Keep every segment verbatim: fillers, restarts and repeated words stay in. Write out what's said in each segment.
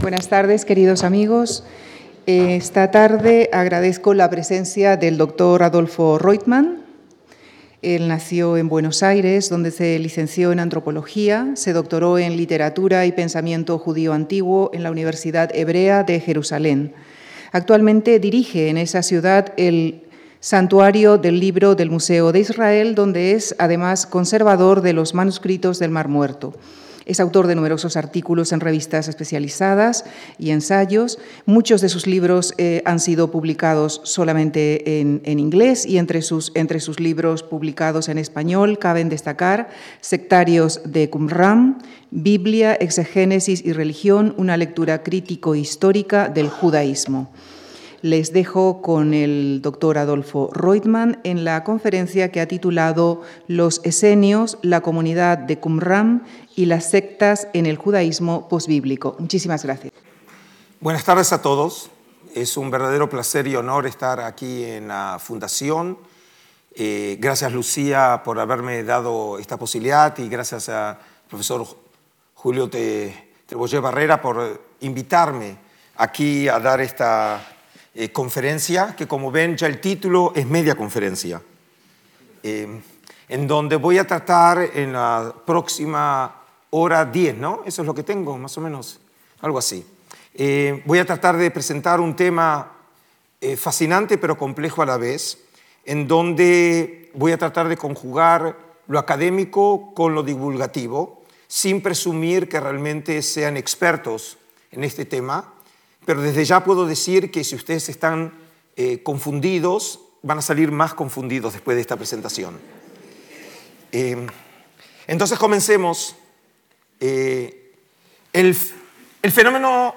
Buenas tardes, queridos amigos. Esta tarde agradezco la presencia del doctor Adolfo Reutemann. Él nació en Buenos Aires, donde se licenció en Antropología, se doctoró en Literatura y Pensamiento Judío Antiguo en la Universidad Hebrea de Jerusalén. Actualmente dirige en esa ciudad el Santuario del Libro del Museo de Israel, donde es además conservador de los manuscritos del Mar Muerto. Es autor de numerosos artículos en revistas especializadas y ensayos. Muchos de sus libros eh, han sido publicados solamente en, en inglés y entre sus, entre sus libros publicados en español caben destacar Sectarios de Qumran, Biblia, Exegénesis y Religión, una lectura crítico-histórica del judaísmo. Les dejo con el doctor Adolfo Reutemann en la conferencia que ha titulado Los esenios, la comunidad de Qumran y las sectas en el judaísmo posbíblico. Muchísimas gracias. Buenas tardes a todos. Es un verdadero placer y honor estar aquí en la Fundación. Eh, gracias, Lucía, por haberme dado esta posibilidad y gracias al profesor Julio Treboller Barrera por invitarme aquí a dar esta Eh, conferencia, que como ven ya el título es media conferencia, eh, en donde voy a tratar en la próxima hora diez, ¿no? Eso es lo que tengo, más o menos, algo así. Eh, voy a tratar de presentar un tema eh, fascinante pero complejo a la vez, en donde voy a tratar de conjugar lo académico con lo divulgativo, sin presumir que realmente sean expertos en este tema. Pero desde ya puedo decir que si ustedes están eh, confundidos, van a salir más confundidos después de esta presentación. Eh, entonces comencemos. Eh, el, el fenómeno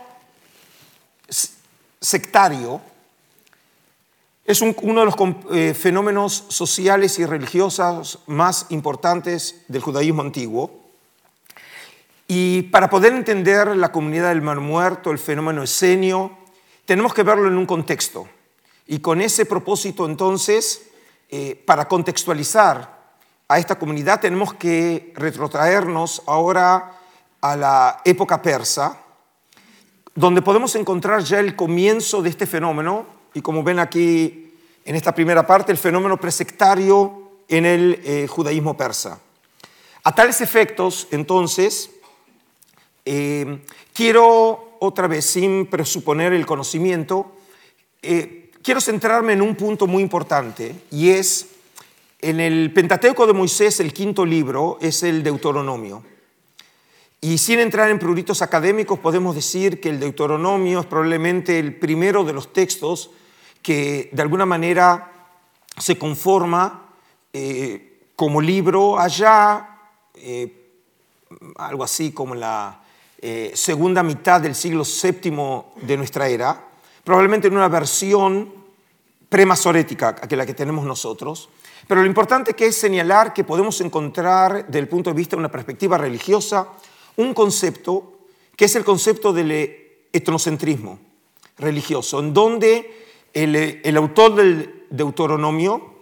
sectario es un, uno de los eh, fenómenos sociales y religiosos más importantes del judaísmo antiguo. Y para poder entender la comunidad del Mar Muerto, el fenómeno esenio, tenemos que verlo en un contexto. Y con ese propósito, entonces, eh, para contextualizar a esta comunidad, tenemos que retrotraernos ahora a la época persa, donde podemos encontrar ya el comienzo de este fenómeno, y como ven aquí en esta primera parte, el fenómeno presectario en el eh, judaísmo persa. A tales efectos, entonces, Eh, quiero, otra vez, sin presuponer el conocimiento, eh, quiero centrarme en un punto muy importante, y es, en el Pentateuco de Moisés, el quinto libro es el Deuteronomio. Y sin entrar en pruritos académicos, podemos decir que el Deuteronomio es probablemente el primero de los textos que, de alguna manera, se conforma eh, como libro allá, eh, algo así como la Eh, segunda mitad del siglo séptimo de nuestra era, probablemente en una versión premasorética que la que tenemos nosotros. Pero lo importante que es señalar que podemos encontrar, desde el punto de vista de una perspectiva religiosa, un concepto que es el concepto del etnocentrismo religioso, en donde el, el autor del Deuteronomio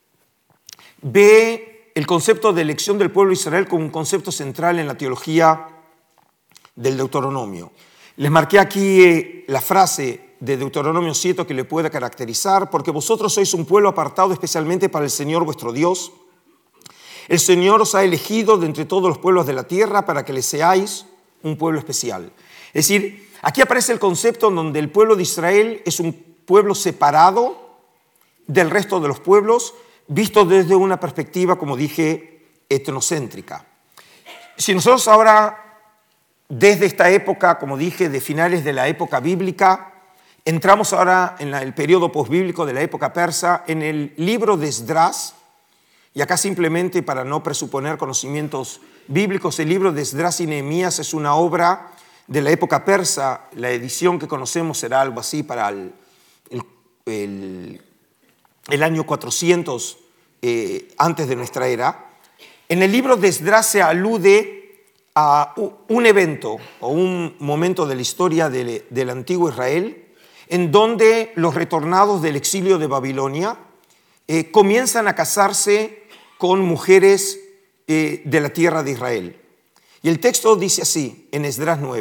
ve el concepto de elección del pueblo de Israel como un concepto central en la teología del Deuteronomio. Les marqué aquí eh, la frase de Deuteronomio siete que le puede caracterizar: porque vosotros sois un pueblo apartado especialmente para el Señor vuestro Dios. El Señor os ha elegido de entre todos los pueblos de la tierra para que le seáis un pueblo especial. Es decir, aquí aparece el concepto en donde el pueblo de Israel es un pueblo separado del resto de los pueblos, visto desde una perspectiva, como dije, etnocéntrica. Si nosotros ahora, desde esta época, como dije, de finales de la época bíblica, entramos ahora en la, el periodo posbíblico de la época persa, en el libro de Esdras, y acá simplemente para no presuponer conocimientos bíblicos, el libro de Esdras y Nehemías es una obra de la época persa. La edición que conocemos será algo así para el, el, el, el año cuatrocientos eh, antes de nuestra era. En el libro de Esdras se alude a un evento o un momento de la historia del, del antiguo Israel en donde los retornados del exilio de Babilonia eh, comienzan a casarse con mujeres eh, de la tierra de Israel. Y el texto dice así, en Esdras nueve: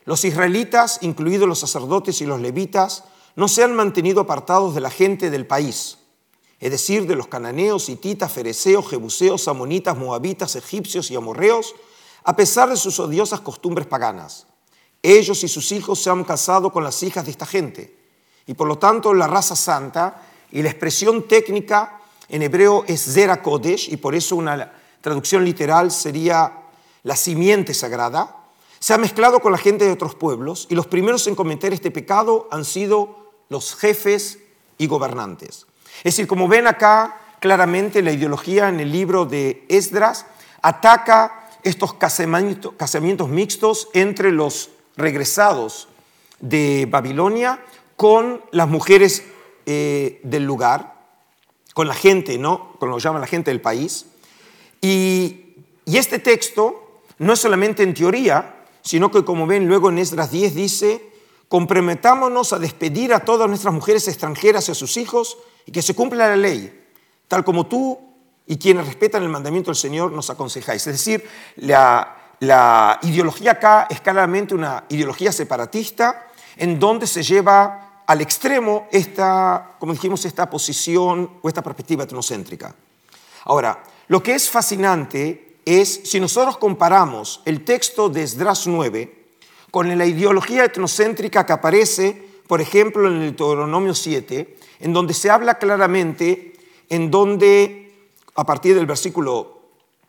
los israelitas, incluidos los sacerdotes y los levitas, no se han mantenido apartados de la gente del país, es decir, de los cananeos, hititas, fereceos, jebuseos, amonitas, moabitas, egipcios y amorreos, a pesar de sus odiosas costumbres paganas. Ellos y sus hijos se han casado con las hijas de esta gente, y por lo tanto la raza santa, y la expresión técnica en hebreo es Zera Kodesh, y por eso una traducción literal sería la simiente sagrada, se ha mezclado con la gente de otros pueblos, y los primeros en cometer este pecado han sido los jefes y gobernantes. Es decir, como ven acá, claramente la ideología en el libro de Esdras ataca estos casamientos, casamientos mixtos entre los regresados de Babilonia con las mujeres eh, del lugar, con la gente, ¿no? Con lo que llaman la gente del país. Y, y este texto no es solamente en teoría, sino que, como ven, luego en Esdras diez dice: comprometámonos a despedir a todas nuestras mujeres extranjeras y a sus hijos y que se cumpla la ley, tal como tú y quienes respetan el mandamiento del Señor nos aconsejáis. Es decir, la, la ideología acá es claramente una ideología separatista en donde se lleva al extremo esta, como dijimos, esta posición o esta perspectiva etnocéntrica. Ahora, lo que es fascinante es, si nosotros comparamos el texto de Esdras nueve con la ideología etnocéntrica que aparece, por ejemplo, en el Deuteronomio siete, en donde se habla claramente, en donde, a partir del versículo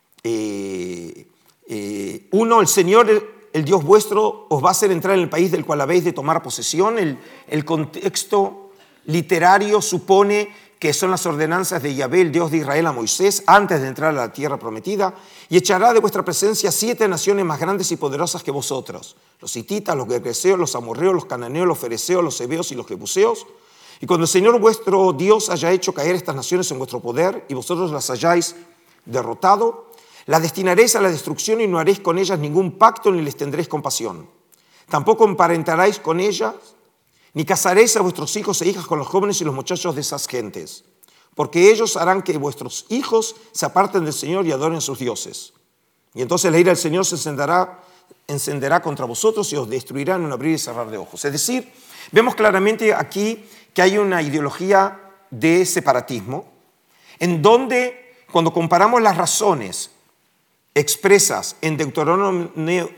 eh, eh, uno, el Señor, el, el Dios vuestro, os va a hacer entrar en el país del cual habéis de tomar posesión. El, el contexto literario supone que son las ordenanzas de Yahvé, el Dios de Israel, a Moisés, antes de entrar a la tierra prometida, y echará de vuestra presencia siete naciones más grandes y poderosas que vosotros, los hititas, los gergeseos, los amorreos, los cananeos, los fereceos, los heveos y los jebuseos. Y cuando el Señor vuestro Dios haya hecho caer estas naciones en vuestro poder y vosotros las hayáis derrotado, las destinaréis a la destrucción y no haréis con ellas ningún pacto ni les tendréis compasión. Tampoco emparentaréis con ellas, ni casaréis a vuestros hijos e hijas con los jóvenes y los muchachos de esas gentes, porque ellos harán que vuestros hijos se aparten del Señor y adoren a sus dioses. Y entonces la ira del Señor se encenderá, encenderá contra vosotros y os destruirá en un abrir y cerrar de ojos. Es decir, vemos claramente aquí que hay una ideología de separatismo, en donde cuando comparamos las razones expresas en Deuteronomio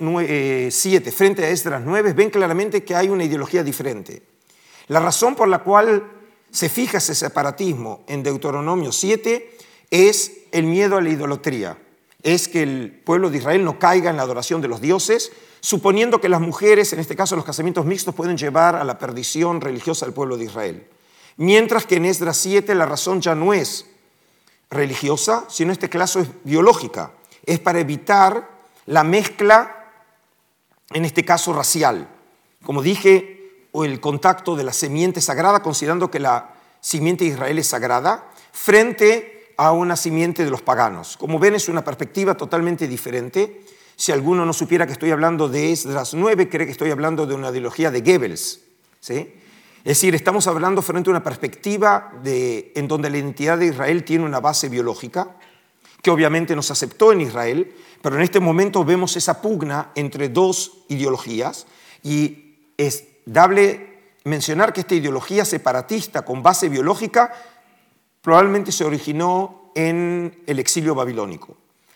siete frente a Esdras nueve, ven claramente que hay una ideología diferente. La razón por la cual se fija ese separatismo en Deuteronomio siete es el miedo a la idolatría. Es que el pueblo de Israel no caiga en la adoración de los dioses, suponiendo que las mujeres, en este caso los casamientos mixtos, pueden llevar a la perdición religiosa del pueblo de Israel. Mientras que en Esdras siete la razón ya no es religiosa, sino en este caso es biológica. Es para evitar la mezcla, en este caso racial. Como dije, o el contacto de la simiente sagrada, considerando que la simiente de Israel es sagrada, frente a una simiente de los paganos. Como ven, es una perspectiva totalmente diferente. Si alguno no supiera que estoy hablando de Esdras nueve, cree que estoy hablando de una ideología de Goebbels, ¿sí? Es decir, estamos hablando frente a una perspectiva de, en donde la identidad de Israel tiene una base biológica, que obviamente no se aceptó en Israel, pero en este momento vemos esa pugna entre dos ideologías, y es dable mencionar que esta ideología separatista con base biológica probablemente se originó en el exilio babilónico.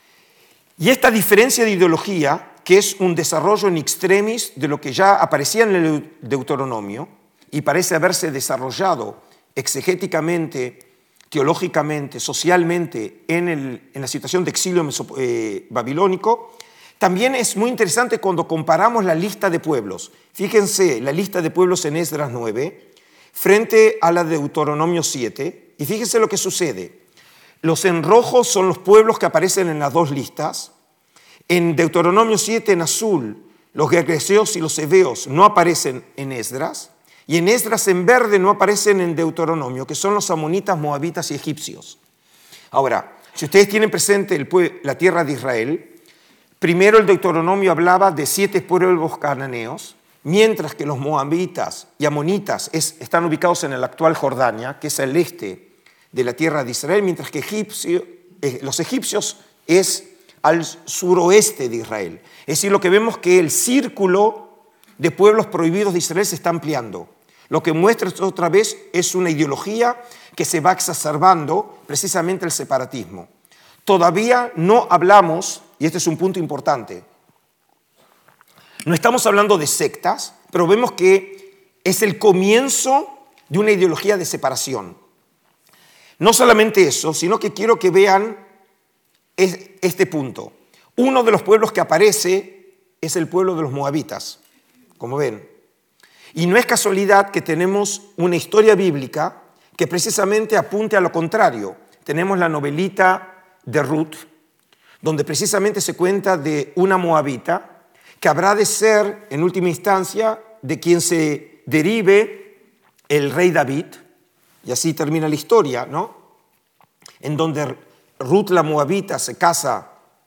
Y esta diferencia de ideología, que es un desarrollo en extremis de lo que ya aparecía en el Deuteronomio y parece haberse desarrollado exegéticamente, teológicamente, socialmente en, el, en la situación de exilio meso, eh, babilónico, también es muy interesante cuando comparamos la lista de pueblos. Fíjense la lista de pueblos en Esdras nueve frente a la de Deuteronomio siete, y fíjense lo que sucede. Los en rojo son los pueblos que aparecen en las dos listas. En Deuteronomio siete, en azul, los gergeseos y los heveos no aparecen en Esdras, y en Esdras en verde no aparecen en Deuteronomio, que son los amonitas, moabitas y egipcios. Ahora, si ustedes tienen presente el, la tierra de Israel, primero el Deuteronomio hablaba de siete pueblos cananeos, mientras que los moabitas y amonitas es, están ubicados en el actual Jordania, que es el este de la tierra de Israel, mientras que egipcio, eh, los egipcios es al suroeste de Israel. Es decir, lo que vemos que el círculo de pueblos prohibidos de Israel se está ampliando. Lo que muestra otra vez es una ideología que se va exacerbando, precisamente el separatismo. Todavía no hablamos, y este es un punto importante, no estamos hablando de sectas, pero vemos que es el comienzo de una ideología de separación. No solamente eso, sino que quiero que vean este punto. Uno de los pueblos que aparece es el pueblo de los moabitas, como ven. Y no es casualidad que tenemos una historia bíblica que precisamente apunte a lo contrario. Tenemos la novelita de Ruth, donde precisamente se cuenta de una moabita que habrá de ser, en última instancia, de quien se derive el rey David, y así termina la historia, ¿no? En donde Ruth la moabita se casa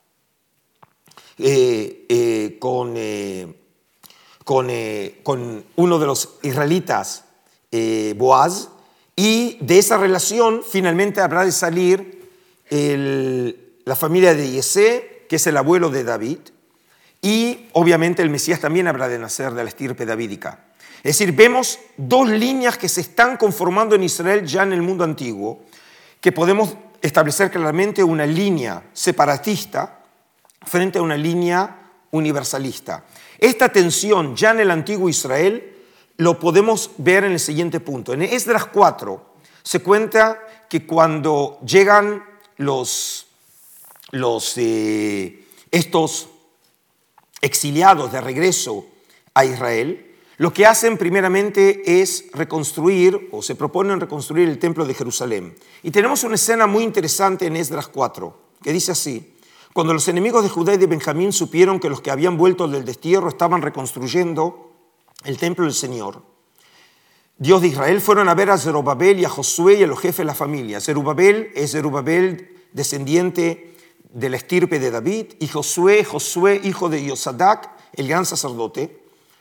eh, eh, con... Eh, Con, eh, con uno de los israelitas, eh, Boaz, y de esa relación finalmente habrá de salir el, la familia de Yesé, que es el abuelo de David, y obviamente el Mesías también habrá de nacer de la estirpe davídica. Es decir, vemos dos líneas que se están conformando en Israel ya en el mundo antiguo, que podemos establecer claramente una línea separatista frente a una línea universalista. Esta tensión ya en el antiguo Israel lo podemos ver en el siguiente punto. En Esdras cuatro se cuenta que cuando llegan los, los, eh, estos exiliados de regreso a Israel, lo que hacen primeramente es reconstruir, o se proponen reconstruir el templo de Jerusalén. Y tenemos una escena muy interesante en Esdras cuatro, que dice así: cuando los enemigos de Judá y de Benjamín supieron que los que habían vuelto del destierro estaban reconstruyendo el templo del Señor, Dios de Israel, fueron a ver a Zerubabel y a Josué y a los jefes de la familia. Zerubabel es Zerubabel, descendiente de la estirpe de David, y Josué, Josué, hijo de Yosadac, el gran sacerdote.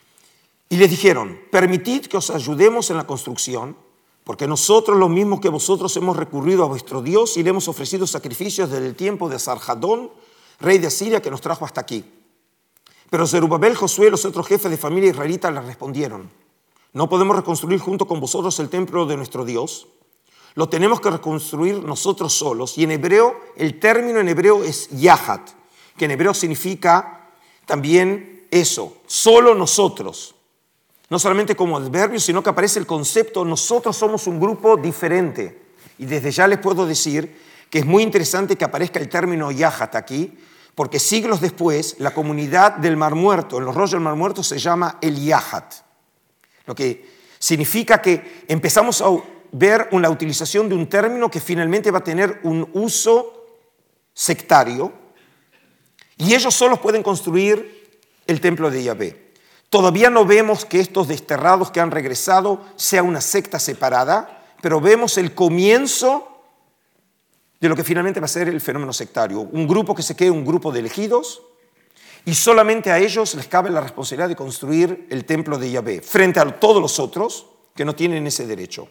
Y les dijeron: permitid que os ayudemos en la construcción, porque nosotros, los mismos que vosotros, hemos recurrido a vuestro Dios y le hemos ofrecido sacrificios desde el tiempo de Sarjadón, rey de Asiria, que nos trajo hasta aquí. Pero Zerubabel, Josué y los otros jefes de familia israelita les respondieron: no podemos reconstruir junto con vosotros el templo de nuestro Dios. Lo tenemos que reconstruir nosotros solos. Y en hebreo, el término en hebreo es yahat, que en hebreo significa también eso, solo nosotros. No solamente como adverbio, sino que aparece el concepto, nosotros somos un grupo diferente. Y desde ya les puedo decir que es muy interesante que aparezca el término yahat aquí, porque siglos después la comunidad del Mar Muerto, en los rollos del Mar Muerto, se llama el yahat. Lo que significa que empezamos a ver una utilización de un término que finalmente va a tener un uso sectario, y ellos solos pueden construir el templo de Yahvé. Todavía no vemos que estos desterrados que han regresado sea una secta separada, pero vemos el comienzo de lo que finalmente va a ser el fenómeno sectario. Un grupo que se quede un grupo de elegidos, y solamente a ellos les cabe la responsabilidad de construir el templo de Yahvé, frente a todos los otros que no tienen ese derecho.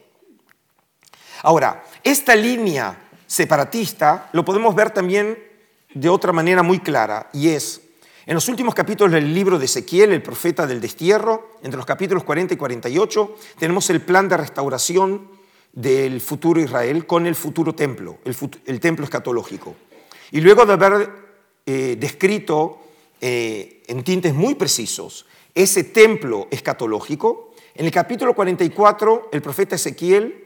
Ahora, esta línea separatista lo podemos ver también de otra manera muy clara, y es, en los últimos capítulos del libro de Ezequiel, el profeta del destierro, entre los capítulos cuarenta y cuarenta y ocho, tenemos el plan de restauración del futuro Israel con el futuro templo, el, fut- el templo escatológico. Y luego de haber eh, descrito eh, en tintes muy precisos ese templo escatológico, en el capítulo cuarenta y cuatro, el profeta Ezequiel,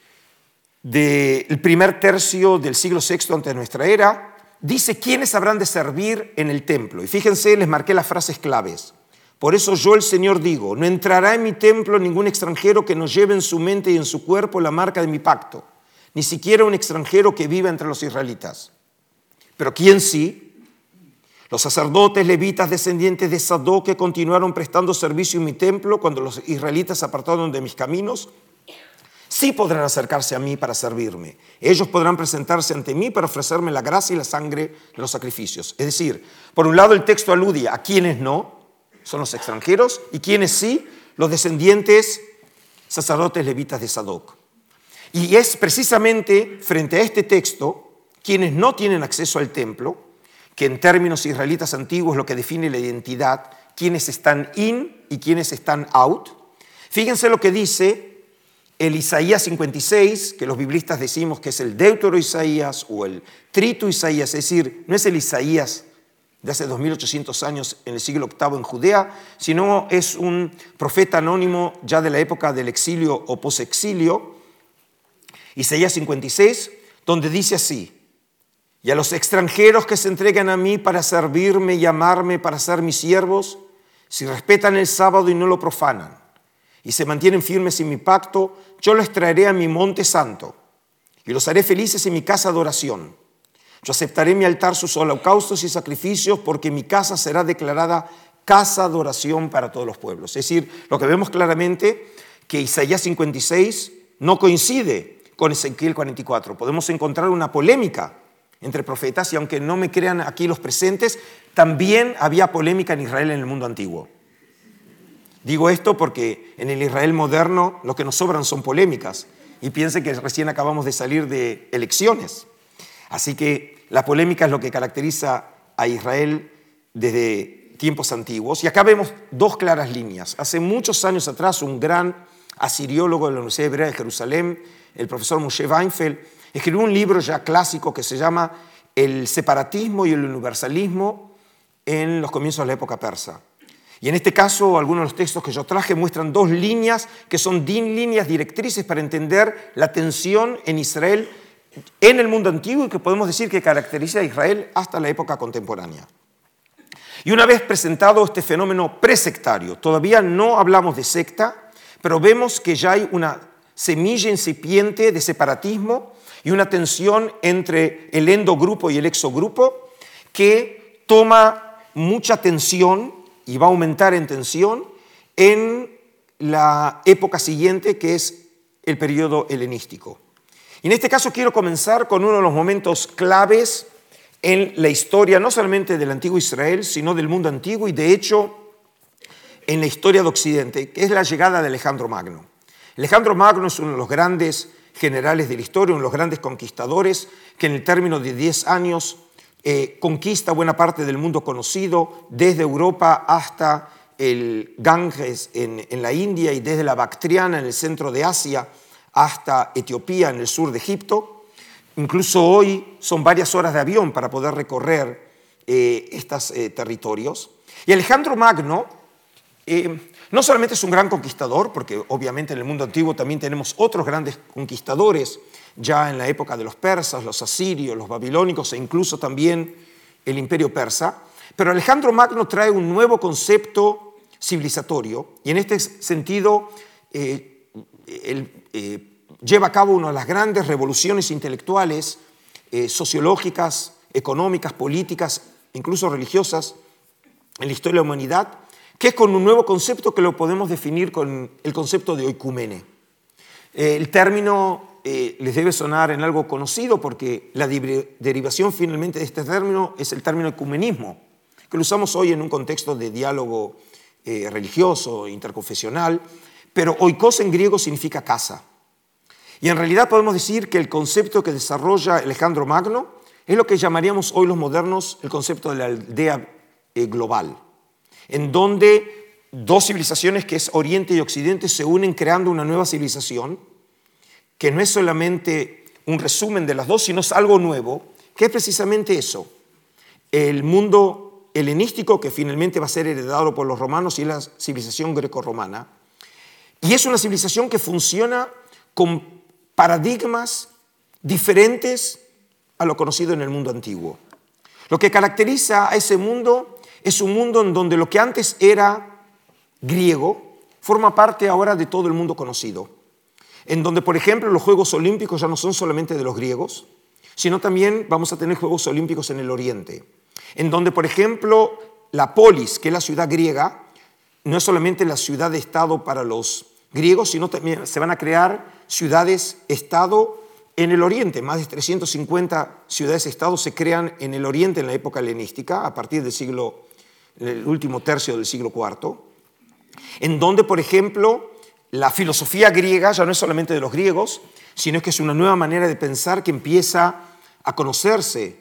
del primer tercio del siglo sexto antes de nuestra era, dice quiénes habrán de servir en el templo. Y fíjense, les marqué las frases claves. Por eso yo, el Señor, digo: no entrará en mi templo ningún extranjero que no lleve en su mente y en su cuerpo la marca de mi pacto, ni siquiera un extranjero que viva entre los israelitas. Pero ¿quién sí? Los sacerdotes levitas descendientes de Sadoc, que continuaron prestando servicio en mi templo cuando los israelitas se apartaron de mis caminos, sí podrán acercarse a mí para servirme. Ellos podrán presentarse ante mí para ofrecerme la grasa y la sangre de los sacrificios. Es decir, por un lado el texto alude a quienes no, son los extranjeros, y quienes sí, los descendientes sacerdotes levitas de Sadoc. Y es precisamente frente a este texto, quienes no tienen acceso al templo, que en términos israelitas antiguos lo que define la identidad, quiénes están in y quiénes están out. Fíjense lo que dice el Isaías cincuenta y seis, que los biblistas decimos que es el Deutero Isaías o el Trito Isaías, es decir, no es el Isaías de hace dos mil ochocientos años en el siglo octavo en Judea, sino es un profeta anónimo ya de la época del exilio o posexilio, Isaías cincuenta y seis, donde dice así: y a los extranjeros que se entregan a mí para servirme y amarme, para ser mis siervos, si respetan el sábado y no lo profanan, y se mantienen firmes en mi pacto, yo los traeré a mi monte santo, y los haré felices en mi casa de oración. Yo aceptaré en mi altar sus holocaustos y sacrificios, porque mi casa será declarada casa de oración para todos los pueblos. Es decir, lo que vemos claramente que Isaías cincuenta y seis no coincide con Ezequiel cuarenta y cuatro. Podemos encontrar una polémica entre profetas, y aunque no me crean aquí los presentes, también había polémica en Israel en el mundo antiguo. Digo esto porque en el Israel moderno lo que nos sobran son polémicas, y piensen que recién acabamos de salir de elecciones. Así que la polémica es lo que caracteriza a Israel desde tiempos antiguos. Y acá vemos dos claras líneas. Hace muchos años atrás, un gran asiriólogo de la Universidad Hebrea de Jerusalén, el profesor Moshe Weinfeld, escribió un libro ya clásico que se llama El separatismo y el universalismo en los comienzos de la época persa. Y en este caso, algunos de los textos que yo traje muestran dos líneas que son líneas directrices para entender la tensión en Israel en el mundo antiguo, y que podemos decir que caracteriza a Israel hasta la época contemporánea. Y una vez presentado este fenómeno presectario, todavía no hablamos de secta, pero vemos que ya hay una semilla incipiente de separatismo y una tensión entre el endogrupo y el exogrupo que toma mucha tensión y va a aumentar en tensión en la época siguiente, que es el periodo helenístico. Y en este caso quiero comenzar con uno de los momentos claves en la historia, no solamente del antiguo Israel, sino del mundo antiguo y de hecho en la historia de Occidente, que es la llegada de Alejandro Magno. Alejandro Magno es uno de los grandes generales de la historia, uno de los grandes conquistadores, que en el término de diez años eh, conquista buena parte del mundo conocido, desde Europa hasta el Ganges en, en la India y desde la Bactriana en el centro de Asia hasta Etiopía en el sur de Egipto. Incluso hoy son varias horas de avión para poder recorrer eh, estos eh, territorios. Y Alejandro Magno eh, no solamente es un gran conquistador, porque obviamente en el mundo antiguo también tenemos otros grandes conquistadores, ya en la época de los persas, los asirios, los babilónicos e incluso también el imperio persa, pero Alejandro Magno trae un nuevo concepto civilizatorio y en este sentido eh, él, eh, lleva a cabo una de las grandes revoluciones intelectuales, eh, sociológicas, económicas, políticas, incluso religiosas en la historia de la humanidad, que es con un nuevo concepto que lo podemos definir con el concepto de oikumene. Eh, el término eh, les debe sonar en algo conocido porque la derivación finalmente de este término es el término ecumenismo, que lo usamos hoy en un contexto de diálogo eh, religioso, interconfesional, pero oikos en griego significa casa. Y en realidad podemos decir que el concepto que desarrolla Alejandro Magno es lo que llamaríamos hoy los modernos el concepto de la aldea eh, global, en donde dos civilizaciones que es Oriente y Occidente se unen creando una nueva civilización que no es solamente un resumen de las dos, sino es algo nuevo, que es precisamente eso, el mundo helenístico que finalmente va a ser heredado por los romanos y la civilización grecorromana. Y es una civilización que funciona con paradigmas diferentes a lo conocido en el mundo antiguo. Lo que caracteriza a ese mundo es un mundo en donde lo que antes era griego forma parte ahora de todo el mundo conocido. En donde, por ejemplo, los Juegos Olímpicos ya no son solamente de los griegos, sino también vamos a tener Juegos Olímpicos en el Oriente. En donde, por ejemplo, la polis, que es la ciudad griega, no es solamente la ciudad de estado para los griegos, sino también se van a crear ciudades-estado en el Oriente. Más de trescientas cincuenta ciudades-estado se crean en el Oriente en la época helenística, a partir del siglo, el último tercio del siglo cuarto, en donde, por ejemplo, la filosofía griega ya no es solamente de los griegos, sino que es una nueva manera de pensar que empieza a conocerse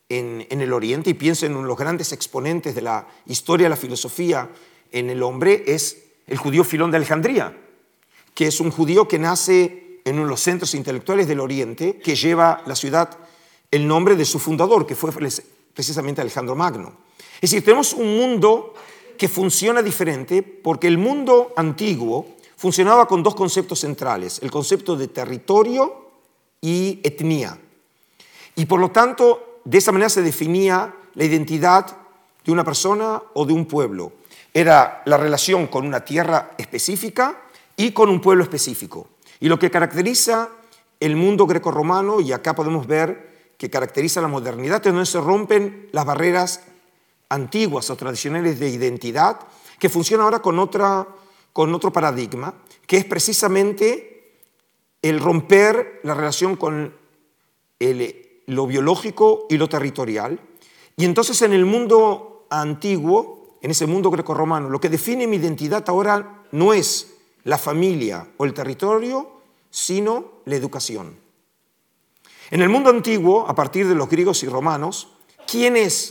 en, en el Oriente, y pienso en uno de los grandes exponentes de la historia de la filosofía en el hombre, es el judío Filón de Alejandría, que es un judío que nace en uno de los centros intelectuales del Oriente, que lleva la ciudad el nombre de su fundador, que fue precisamente Alejandro Magno. Es decir, tenemos un mundo que funciona diferente porque el mundo antiguo funcionaba con dos conceptos centrales, el concepto de territorio y etnia. Y por lo tanto, de esa manera se definía la identidad de una persona o de un pueblo. Era la relación con una tierra específica y con un pueblo específico. Y lo que caracteriza el mundo grecorromano, y acá podemos ver que caracteriza la modernidad, es donde se rompen las barreras antiguas o tradicionales de identidad, que funciona ahora con, otra, con otro paradigma, que es precisamente el romper la relación con el, lo biológico y lo territorial. Y entonces en el mundo antiguo, en ese mundo grecorromano, lo que define mi identidad ahora no es la familia o el territorio, sino la educación. En el mundo antiguo, a partir de los griegos y romanos, ¿quiénes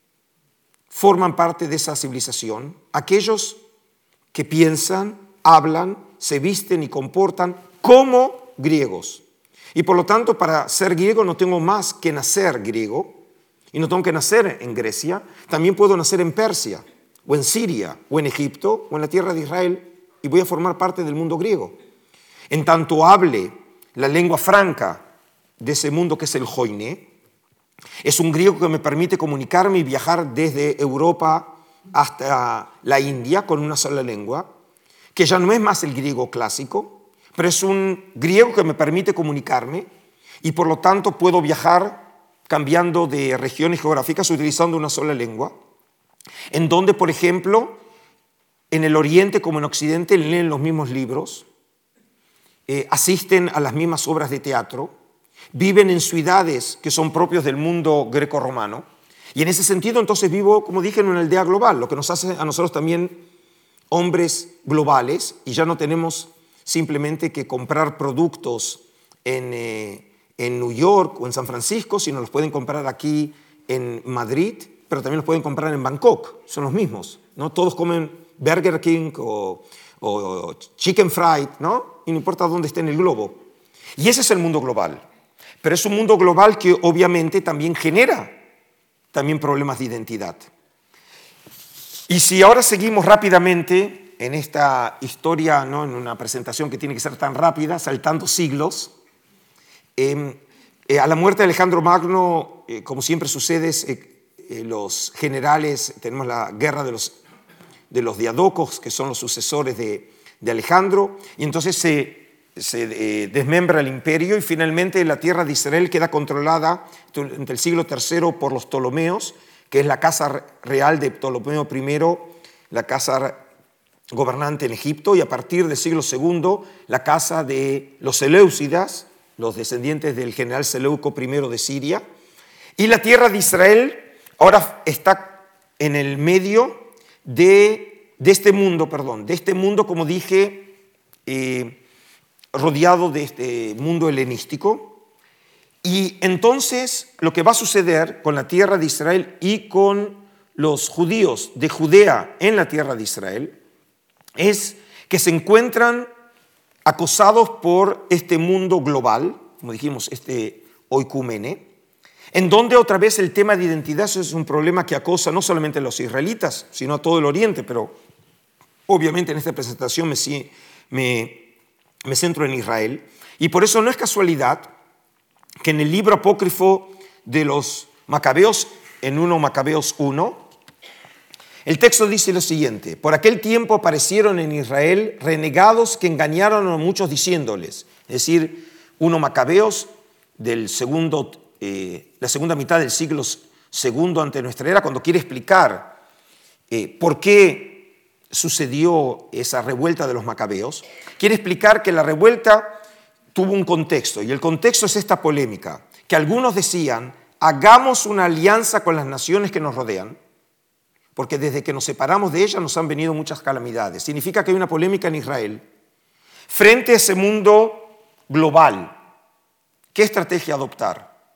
forman parte de esa civilización? Aquellos que piensan, hablan, se visten y comportan como griegos. Y por lo tanto, para ser griego no tengo más que nacer griego, y no tengo que nacer en Grecia, también puedo nacer en Persia, o en Siria, o en Egipto, o en la tierra de Israel, y voy a formar parte del mundo griego. En tanto hable la lengua franca de ese mundo que es el joiné, es un griego que me permite comunicarme y viajar desde Europa hasta la India con una sola lengua, que ya no es más el griego clásico, pero es un griego que me permite comunicarme y por lo tanto puedo viajar cambiando de regiones geográficas utilizando una sola lengua, en donde, por ejemplo, en el Oriente como en Occidente leen los mismos libros, eh, asisten a las mismas obras de teatro, viven en ciudades que son propios del mundo greco-romano, y en ese sentido entonces vivo, como dije, en una aldea global, lo que nos hace a nosotros también hombres globales, y ya no tenemos simplemente que comprar productos en, eh, en New York o en San Francisco, sino los pueden comprar aquí en Madrid, pero también los pueden comprar en Bangkok, son los mismos, ¿no? Todos comen Burger King o, o Chicken Fried, ¿no? Y no importa dónde esté en el globo. Y ese es el mundo global. Pero es un mundo global que obviamente también genera también problemas de identidad. Y si ahora seguimos rápidamente en esta historia, ¿no? En una presentación que tiene que ser tan rápida, saltando siglos, eh, eh, a la muerte de Alejandro Magno, eh, como siempre sucede, eh, eh, los generales, tenemos la guerra de los, de los diadocos, que son los sucesores de, de Alejandro, y entonces se... se eh, desmembra el imperio y finalmente la tierra de Israel queda controlada entre el siglo tercero por los Ptolomeos, que es la casa real de Ptolomeo primero, la casa gobernante en Egipto, y a partir del siglo segundo la casa de los Seleucidas, los descendientes del general Seleuco primero de Siria, y la tierra de Israel ahora está en el medio de, de este mundo, perdón, de este mundo, como dije, eh, rodeado de este mundo helenístico. Y entonces lo que va a suceder con la tierra de Israel y con los judíos de Judea en la tierra de Israel es que se encuentran acosados por este mundo global, como dijimos, este oikumene, en donde otra vez el tema de identidad es un problema que acosa no solamente a los israelitas, sino a todo el Oriente, pero obviamente en esta presentación me, me Me centro en Israel, y por eso no es casualidad que en el libro apócrifo de los Macabeos, en primero Macabeos uno, el texto dice lo siguiente: por aquel tiempo aparecieron en Israel renegados que engañaron a muchos diciéndoles, es decir, primero Macabeos del segundo, eh, la segunda mitad del siglo segundo ante nuestra era, cuando quiere explicar eh, por qué sucedió esa revuelta de los macabeos, quiere explicar que la revuelta tuvo un contexto, y el contexto es esta polémica, que algunos decían, hagamos una alianza con las naciones que nos rodean, porque desde que nos separamos de ellas nos han venido muchas calamidades. Significa que hay una polémica en Israel frente a ese mundo global. ¿Qué estrategia adoptar?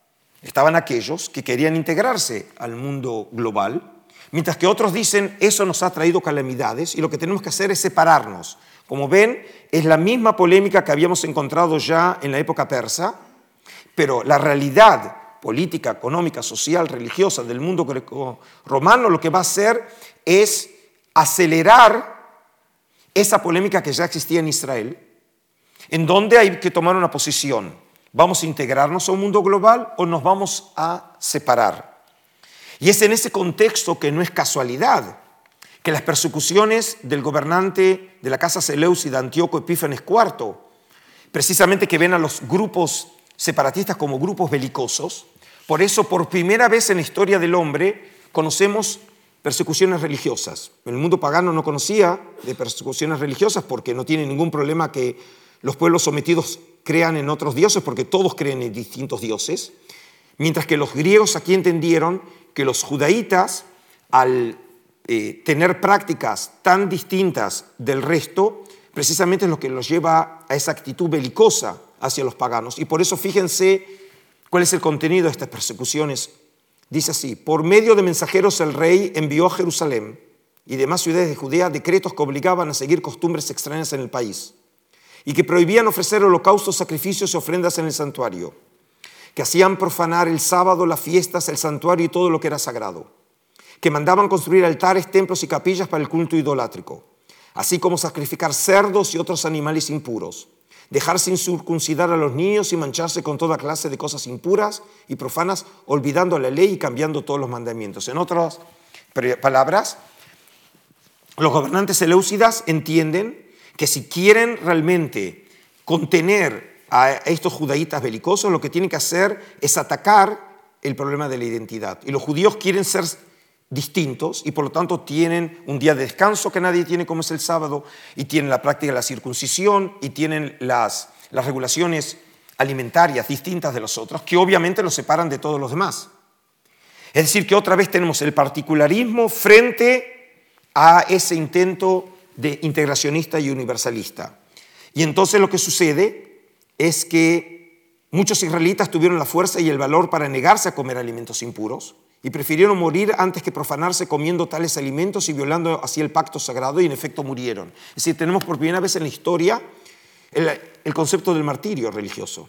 Estaban aquellos que querían integrarse al mundo global, mientras que otros dicen, eso nos ha traído calamidades y lo que tenemos que hacer es separarnos. Como ven, es la misma polémica que habíamos encontrado ya en la época persa, pero la realidad política, económica, social, religiosa del mundo greco-romano lo que va a hacer es acelerar esa polémica que ya existía en Israel, en donde hay que tomar una posición. ¿Vamos a integrarnos a un mundo global o nos vamos a separar? Y es en ese contexto que no es casualidad que las persecuciones del gobernante de la casa seleucida, Antíoco Epífanes cuarto, precisamente que ven a los grupos separatistas como grupos belicosos, por eso por primera vez en la historia del hombre conocemos persecuciones religiosas. El mundo pagano no conocía de persecuciones religiosas porque no tiene ningún problema que los pueblos sometidos crean en otros dioses porque todos creen en distintos dioses, mientras que los griegos aquí entendieron que los judaítas, al eh, tener prácticas tan distintas del resto, precisamente es lo que los lleva a esa actitud belicosa hacia los paganos. Y por eso fíjense cuál es el contenido de estas persecuciones. Dice así: por medio de mensajeros el rey envió a Jerusalén y demás ciudades de Judea decretos que obligaban a seguir costumbres extrañas en el país y que prohibían ofrecer holocaustos, sacrificios y ofrendas en el santuario, que hacían profanar el sábado, las fiestas, el santuario y todo lo que era sagrado, que mandaban construir altares, templos y capillas para el culto idolátrico, así como sacrificar cerdos y otros animales impuros, dejar sin circuncidar a los niños y mancharse con toda clase de cosas impuras y profanas, olvidando la ley y cambiando todos los mandamientos. En otras palabras, los gobernantes seleucidas entienden que si quieren realmente contener a estos judaítas belicosos, lo que tienen que hacer es atacar el problema de la identidad. Y los judíos quieren ser distintos y por lo tanto tienen un día de descanso que nadie tiene como es el sábado, y tienen la práctica de la circuncisión y tienen las, las regulaciones alimentarias distintas de los otros, que obviamente los separan de todos los demás. Es decir, que otra vez tenemos el particularismo frente a ese intento de integracionista y universalista. Y entonces lo que sucede es que muchos israelitas tuvieron la fuerza y el valor para negarse a comer alimentos impuros y prefirieron morir antes que profanarse comiendo tales alimentos y violando así el pacto sagrado, y en efecto murieron. Es decir, tenemos por primera vez en la historia el, el concepto del martirio religioso.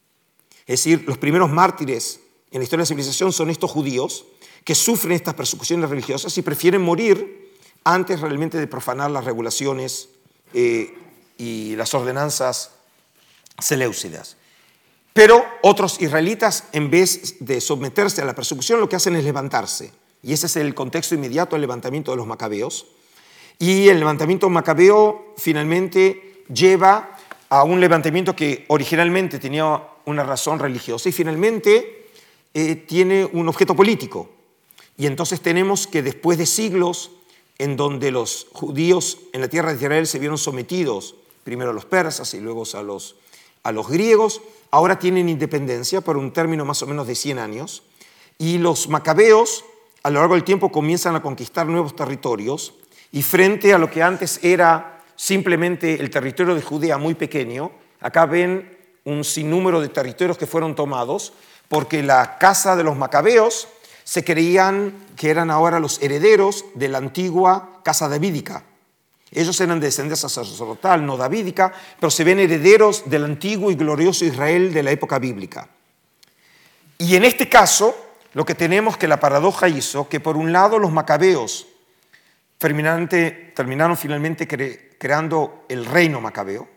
Es decir, los primeros mártires en la historia de la civilización son estos judíos que sufren estas persecuciones religiosas y prefieren morir antes realmente de profanar las regulaciones eh, y las ordenanzas seleucidas. Pero otros israelitas, en vez de someterse a la persecución, lo que hacen es levantarse. Y ese es el contexto inmediato del levantamiento de los macabeos. Y el levantamiento macabeo finalmente lleva a un levantamiento que originalmente tenía una razón religiosa y finalmente eh, tiene un objeto político. Y entonces tenemos que después de siglos en donde los judíos en la tierra de Israel se vieron sometidos primero a los persas y luego a los, a los griegos, ahora tienen independencia por un término más o menos de cien años, y los macabeos a lo largo del tiempo comienzan a conquistar nuevos territorios, y frente a lo que antes era simplemente el territorio de Judea muy pequeño, acá ven un sinnúmero de territorios que fueron tomados, porque la casa de los macabeos se creían que eran ahora los herederos de la antigua casa davídica. Ellos eran de descendencia sacerdotal, no davídica, pero se ven herederos del antiguo y glorioso Israel de la época bíblica. Y en este caso, lo que tenemos que la paradoja hizo, que por un lado los macabeos terminaron finalmente cre- creando el reino macabeo.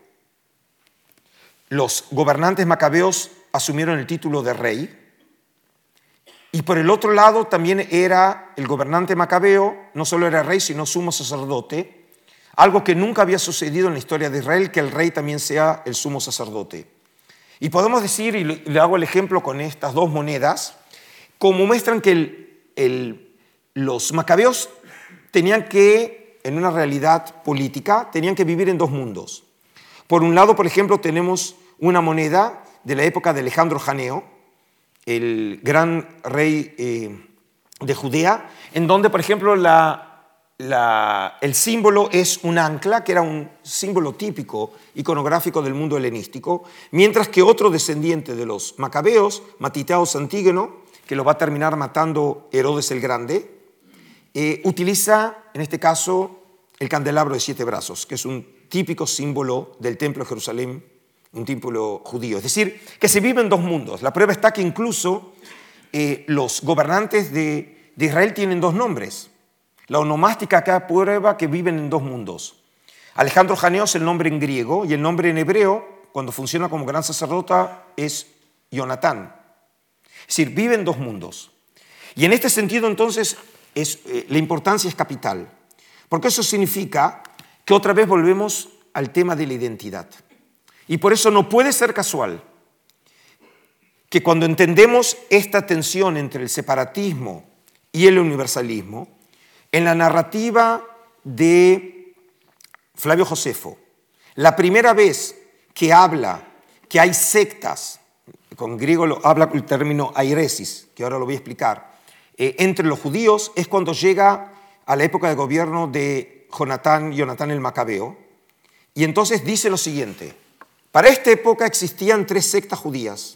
Los gobernantes macabeos asumieron el título de rey. Y por el otro lado también era el gobernante macabeo, no solo era rey, sino sumo sacerdote, algo que nunca había sucedido en la historia de Israel, que el rey también sea el sumo sacerdote. Y podemos decir, y le hago el ejemplo con estas dos monedas, como muestran que el, el, los macabeos tenían que, en una realidad política, tenían que vivir en dos mundos. Por un lado, por ejemplo, tenemos una moneda de la época de Alejandro Janeo, el gran rey eh, de Judea, en donde, por ejemplo, la, la, el símbolo es un ancla, que era un símbolo típico iconográfico del mundo helenístico, mientras que otro descendiente de los macabeos, Matitaos Antígono, que lo va a terminar matando Herodes el Grande, eh, utiliza, en este caso, el candelabro de siete brazos, que es un típico símbolo del Templo de Jerusalén, un templo judío. Es decir, que se vive en dos mundos. La prueba está que incluso eh, los gobernantes de, de Israel tienen dos nombres. La onomástica acá prueba que viven en dos mundos. Alejandro Janeo es el nombre en griego y el nombre en hebreo, cuando funciona como gran sacerdota, es Jonatán. Es decir, vive en dos mundos. Y en este sentido, entonces, es, eh, la importancia es capital. Porque eso significa que otra vez volvemos al tema de la identidad. Y por eso no puede ser casual que cuando entendemos esta tensión entre el separatismo y el universalismo, en la narrativa de Flavio Josefo, la primera vez que habla que hay sectas, con griego lo, habla con el término airesis, que ahora lo voy a explicar, eh, entre los judíos es cuando llega a la época de gobierno de Jonatán, Jonatán el Macabeo, y entonces dice lo siguiente: para esta época existían tres sectas judías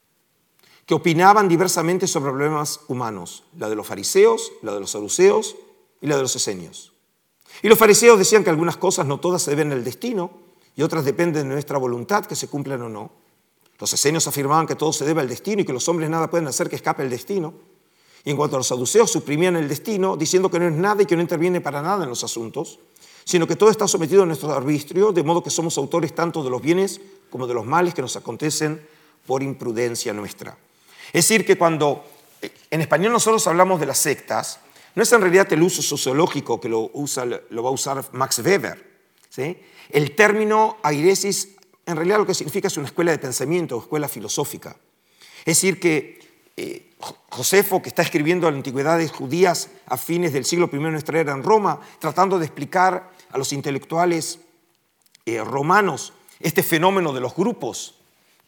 que opinaban diversamente sobre problemas humanos, la de los fariseos, la de los saduceos y la de los esenios. Y los fariseos decían que algunas cosas no todas se deben al destino y otras dependen de nuestra voluntad, que se cumplan o no. Los esenios afirmaban que todo se debe al destino y que los hombres nada pueden hacer que escape el destino. Y en cuanto a los saduceos, suprimían el destino, diciendo que no es nada y que no interviene para nada en los asuntos, sino que todo está sometido a nuestro arbitrio, de modo que somos autores tanto de los bienes como de los males que nos acontecen por imprudencia nuestra. Es decir, que cuando en español nosotros hablamos de las sectas, no es en realidad el uso sociológico que lo, usa, lo va a usar Max Weber, ¿sí? El término airesis en realidad lo que significa es una escuela de pensamiento, escuela filosófica. Es decir, que eh, Josefo, que está escribiendo las antigüedades judías a fines del siglo primero de nuestra era en Roma, tratando de explicar a los intelectuales eh, romanos este fenómeno de los grupos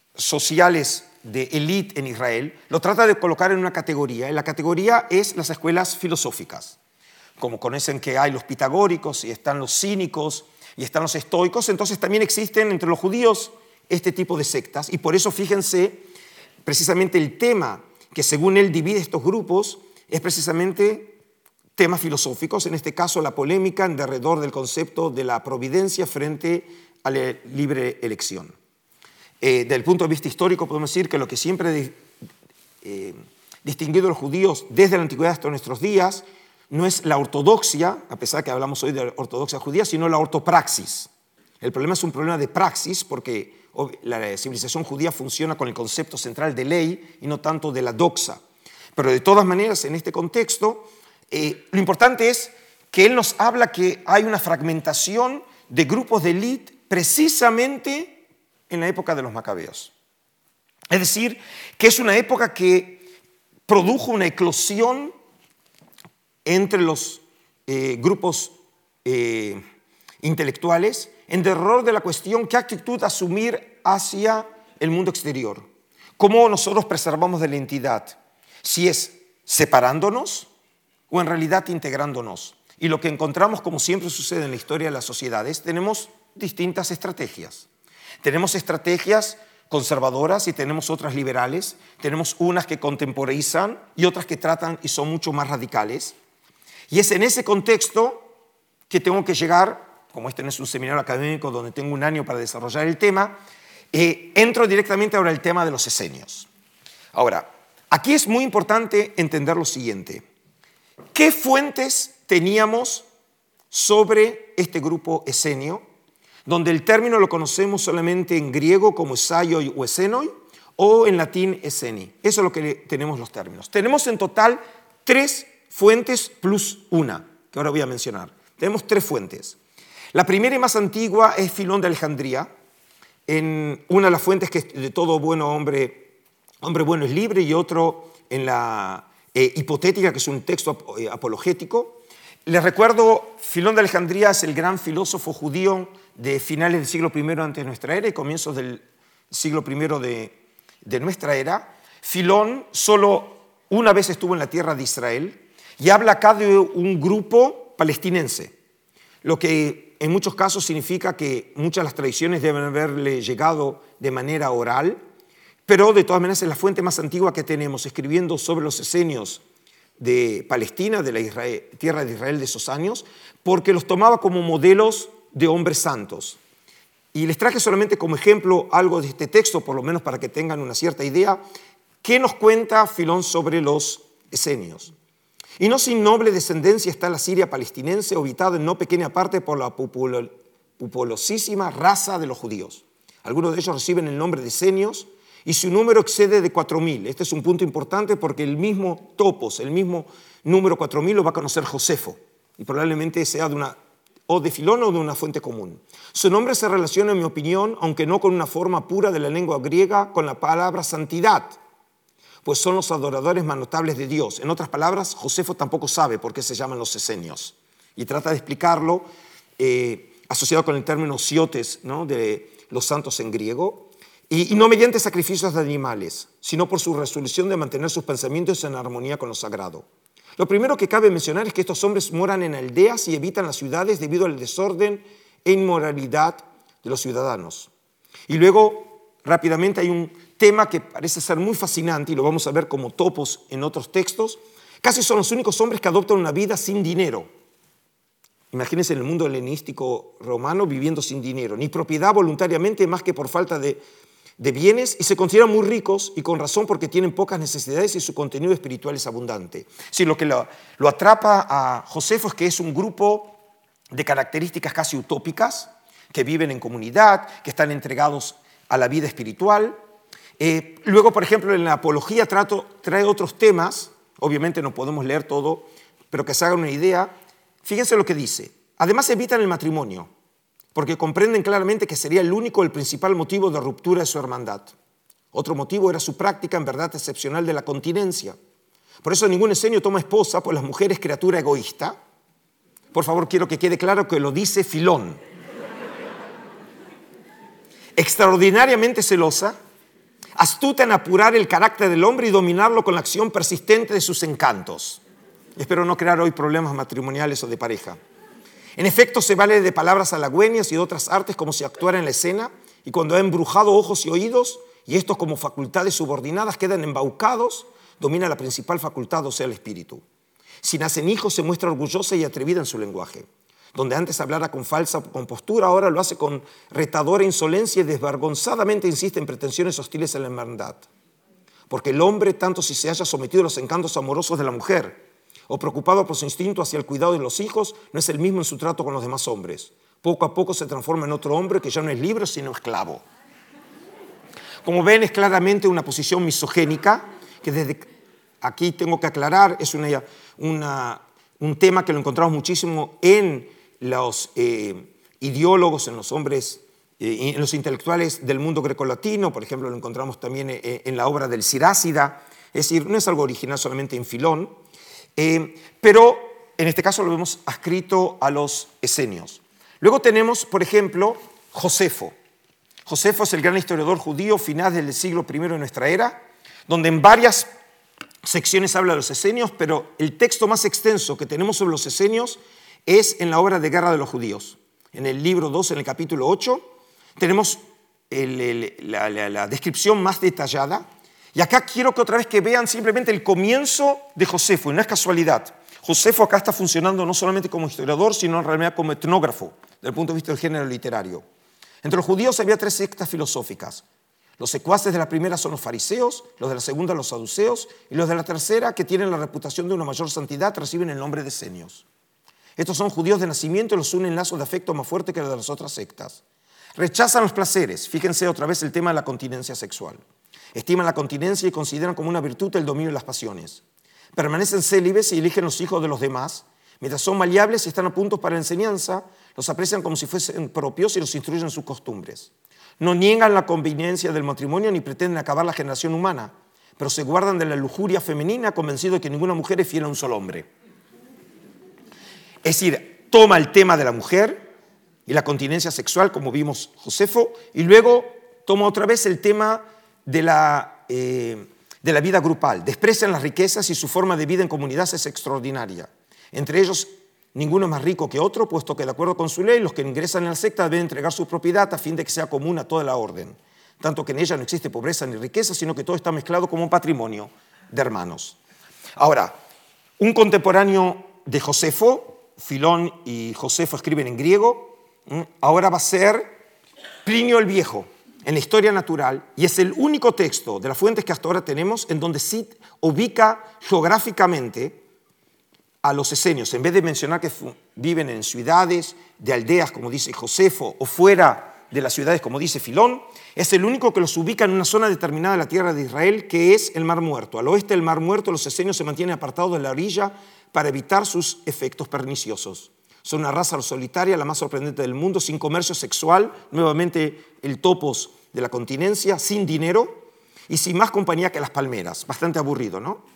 sociales de élite en Israel, lo trata de colocar en una categoría. Y la categoría es las escuelas filosóficas. Como conocen que hay los pitagóricos y están los cínicos y están los estoicos, entonces también existen entre los judíos este tipo de sectas. Y por eso, fíjense, precisamente el tema que según él divide estos grupos es precisamente temas filosóficos, en este caso la polémica alrededor del concepto de la providencia frente a la libre elección. Eh, desde el punto de vista histórico podemos decir que lo que siempre ha eh, distinguido a los judíos desde la antigüedad hasta nuestros días no es la ortodoxia, a pesar que hablamos hoy de la ortodoxia judía, sino la ortopraxis. El problema es un problema de praxis porque la civilización judía funciona con el concepto central de ley y no tanto de la doxa. Pero de todas maneras, en este contexto, eh, lo importante es que él nos habla que hay una fragmentación de grupos de élite precisamente en la época de los macabeos. Es decir, que es una época que produjo una eclosión entre los eh, grupos eh, intelectuales en derredor de la cuestión qué actitud asumir hacia el mundo exterior. ¿Cómo nosotros preservamos de la identidad? Si es separándonos o en realidad integrándonos. Y lo que encontramos, como siempre sucede en la historia de las sociedades, tenemos distintas estrategias. Tenemos estrategias conservadoras y tenemos otras liberales. Tenemos unas que contemporizan y otras que tratan y son mucho más radicales. Y es en ese contexto que tengo que llegar, como este no es un seminario académico donde tengo un año para desarrollar el tema, eh, entro directamente ahora al tema de los esenios. Ahora, aquí es muy importante entender lo siguiente. ¿Qué fuentes teníamos sobre este grupo esenio, donde el término lo conocemos solamente en griego como esaioi o esenoi, o en latín eseni? Eso es lo que tenemos los términos. Tenemos en total tres fuentes plus una, que ahora voy a mencionar. Tenemos tres fuentes. La primera y más antigua es Filón de Alejandría, en una de las fuentes que de todo bueno hombre, hombre bueno es libre, y otro en la eh, hipotética, que es un texto ap eh, apologético. Les recuerdo, Filón de Alejandría es el gran filósofo judío de finales del siglo primero antes de nuestra era y comienzos del siglo primero de, de nuestra era. Filón solo una vez estuvo en la tierra de Israel y habla acá de un grupo palestinense, lo que en muchos casos significa que muchas de las tradiciones deben haberle llegado de manera oral, pero de todas maneras es la fuente más antigua que tenemos, escribiendo sobre los esenios de Palestina, de la Israel, tierra de Israel de esos años, porque los tomaba como modelos de hombres santos. Y les traje solamente como ejemplo algo de este texto, por lo menos para que tengan una cierta idea, ¿qué nos cuenta Filón sobre los esenios? Y no sin noble descendencia está la Siria palestinense, habitada en no pequeña parte por la populosísima raza de los judíos. Algunos de ellos reciben el nombre de esenios y su número excede de cuatro mil. Este es un punto importante porque el mismo topos, el mismo número cuatro mil lo va a conocer Josefo y probablemente sea de una, o de Filón o de una fuente común. Su nombre se relaciona, en mi opinión, aunque no con una forma pura de la lengua griega, con la palabra santidad, pues son los adoradores más notables de Dios. En otras palabras, Josefo tampoco sabe por qué se llaman los esenios y trata de explicarlo eh, asociado con el término siotes, ¿no?, de los santos en griego, y, y no mediante sacrificios de animales, sino por su resolución de mantener sus pensamientos en armonía con lo sagrado. Lo primero que cabe mencionar es que estos hombres moran en aldeas y evitan las ciudades debido al desorden e inmoralidad de los ciudadanos. Y luego, rápidamente, hay un tema que parece ser muy fascinante y lo vamos a ver como topos en otros textos. Casi son los únicos hombres que adoptan una vida sin dinero. Imagínense en el mundo helenístico romano viviendo sin dinero, ni propiedad voluntariamente más que por falta de, de bienes, y se consideran muy ricos y con razón porque tienen pocas necesidades y su contenido espiritual es abundante. Sí, lo que lo, lo atrapa a Josefo es que es un grupo de características casi utópicas, que viven en comunidad, que están entregados a la vida espiritual. Eh, luego, por ejemplo, en la apología trato, trae otros temas, obviamente no podemos leer todo, pero que se hagan una idea. Fíjense lo que dice. Además evitan el matrimonio, porque comprenden claramente que sería el único, el principal motivo de ruptura de su hermandad. Otro motivo era su práctica, en verdad excepcional, de la continencia. Por eso ningún esenio toma esposa, pues la mujer es criatura egoísta. Por favor, quiero que quede claro que lo dice Filón. Extraordinariamente celosa, astuta en apurar el carácter del hombre y dominarlo con la acción persistente de sus encantos. Espero no crear hoy problemas matrimoniales o de pareja. En efecto, se vale de palabras halagüeñas y de otras artes como si actuara en la escena, y cuando ha embrujado ojos y oídos, y estos como facultades subordinadas quedan embaucados, domina la principal facultad, o sea, el espíritu. Si nacen hijos, se muestra orgullosa y atrevida en su lenguaje. Donde antes hablara con falsa compostura, ahora lo hace con retadora insolencia y desvergonzadamente insiste en pretensiones hostiles a la hermandad. Porque el hombre, tanto si se haya sometido a los encantos amorosos de la mujer o preocupado por su instinto hacia el cuidado de los hijos, no es el mismo en su trato con los demás hombres. Poco a poco se transforma en otro hombre que ya no es libre, sino esclavo. Como ven, es claramente una posición misogénica, que desde aquí tengo que aclarar, es una, una, un tema que lo encontramos muchísimo en los eh, ideólogos, en los hombres, eh, en los intelectuales del mundo grecolatino. Por ejemplo, lo encontramos también en, en la obra del Sirácida. Es decir, no es algo original solamente en Filón, eh, pero en este caso lo vemos adscrito a los esenios. Luego tenemos, por ejemplo, Josefo. Josefo es el gran historiador judío final del siglo primero de nuestra era, donde en varias secciones habla de los esenios, pero el texto más extenso que tenemos sobre los esenios es en la obra de Guerra de los Judíos. En el libro dos, en el capítulo ocho, tenemos el, el, la, la, la descripción más detallada. Y acá quiero que otra vez que vean simplemente el comienzo de Josefo, y no es casualidad. Josefo acá está funcionando no solamente como historiador, sino en realidad como etnógrafo, desde el punto de vista del género literario. Entre los judíos había tres sectas filosóficas. Los secuaces de la primera son los fariseos, los de la segunda los saduceos, y los de la tercera, que tienen la reputación de una mayor santidad, reciben el nombre de esenios. Estos son judíos de nacimiento y los unen lazos de afecto más fuerte que los de las otras sectas. Rechazan los placeres, fíjense otra vez el tema de la continencia sexual. Estiman la continencia y consideran como una virtud el dominio de las pasiones. Permanecen célibes y eligen los hijos de los demás. Mientras son maleables y están a punto para la enseñanza, los aprecian como si fuesen propios y los instruyen en sus costumbres. No niegan la conveniencia del matrimonio ni pretenden acabar la generación humana, pero se guardan de la lujuria femenina convencidos de que ninguna mujer es fiel a un solo hombre. Es decir, toma el tema de la mujer y la continencia sexual, como vimos Josefo, y luego toma otra vez el tema de la, eh, de la vida grupal. Desprecian las riquezas y su forma de vida en comunidad es extraordinaria. Entre ellos Ninguno es más rico que otro, puesto que de acuerdo con su ley, los que ingresan en la secta deben entregar su propiedad a fin de que sea común a toda la orden. Tanto que en ella no existe pobreza ni riqueza, sino que todo está mezclado como un patrimonio de hermanos. Ahora, un contemporáneo de Josefo, Filón y Josefo escriben en griego, ahora va a ser Plinio el Viejo, en la historia natural, y es el único texto de las fuentes que hasta ahora tenemos en donde sí ubica geográficamente a los esenios. En vez de mencionar que viven en ciudades, de aldeas, como dice Josefo, o fuera de las ciudades, como dice Filón, es el único que los ubica en una zona determinada de la tierra de Israel, que es el Mar Muerto. Al oeste del Mar Muerto, los esenios se mantienen apartados de la orilla para evitar sus efectos perniciosos. Son una raza solitaria, la más sorprendente del mundo, sin comercio sexual, nuevamente el topos de la continencia, sin dinero y sin más compañía que las palmeras. Bastante aburrido, ¿no?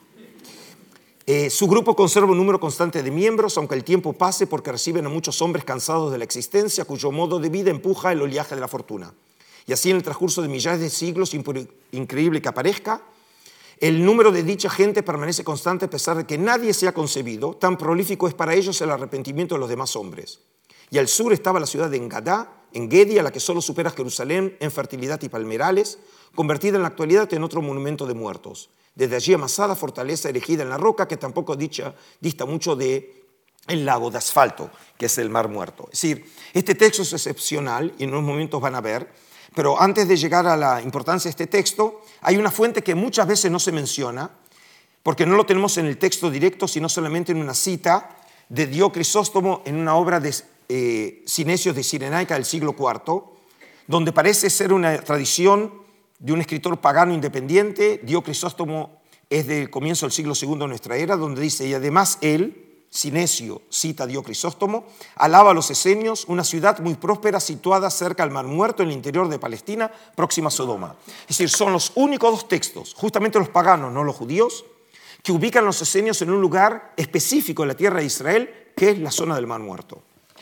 Eh, su grupo conserva un número constante de miembros, aunque el tiempo pase, porque reciben a muchos hombres cansados de la existencia, cuyo modo de vida empuja el oleaje de la fortuna. Y así, en el transcurso de millares de siglos, increíble que aparezca, el número de dicha gente permanece constante a pesar de que nadie se ha concebido. Tan prolífico es para ellos el arrepentimiento de los demás hombres. Y al sur estaba la ciudad de Engadá, Engedi, a la que solo supera Jerusalén en fertilidad y palmerales, convertida en la actualidad en otro monumento de muertos. Desde allí amasada fortaleza erigida en la roca, que tampoco dicha, dista mucho del lago de asfalto, que es el Mar Muerto. Es decir, este texto es excepcional y en unos momentos van a ver, pero antes de llegar a la importancia de este texto, hay una fuente que muchas veces no se menciona, porque no lo tenemos en el texto directo, sino solamente en una cita de Dio Crisóstomo en una obra de eh, Cinesios de Cirenaica del siglo cuarto, donde parece ser una tradición de un escritor pagano independiente. Dio Crisóstomo es del comienzo del siglo segundo de nuestra era, donde dice, y además él, Cinesio, cita a Dio Crisóstomo, alaba a los esenios, una ciudad muy próspera situada cerca al Mar Muerto, en el interior de Palestina, próxima a Sodoma. Es decir, son los únicos dos textos, justamente los paganos, no los judíos, que ubican a los esenios en un lugar específico en la tierra de Israel, que es la zona del Mar Muerto.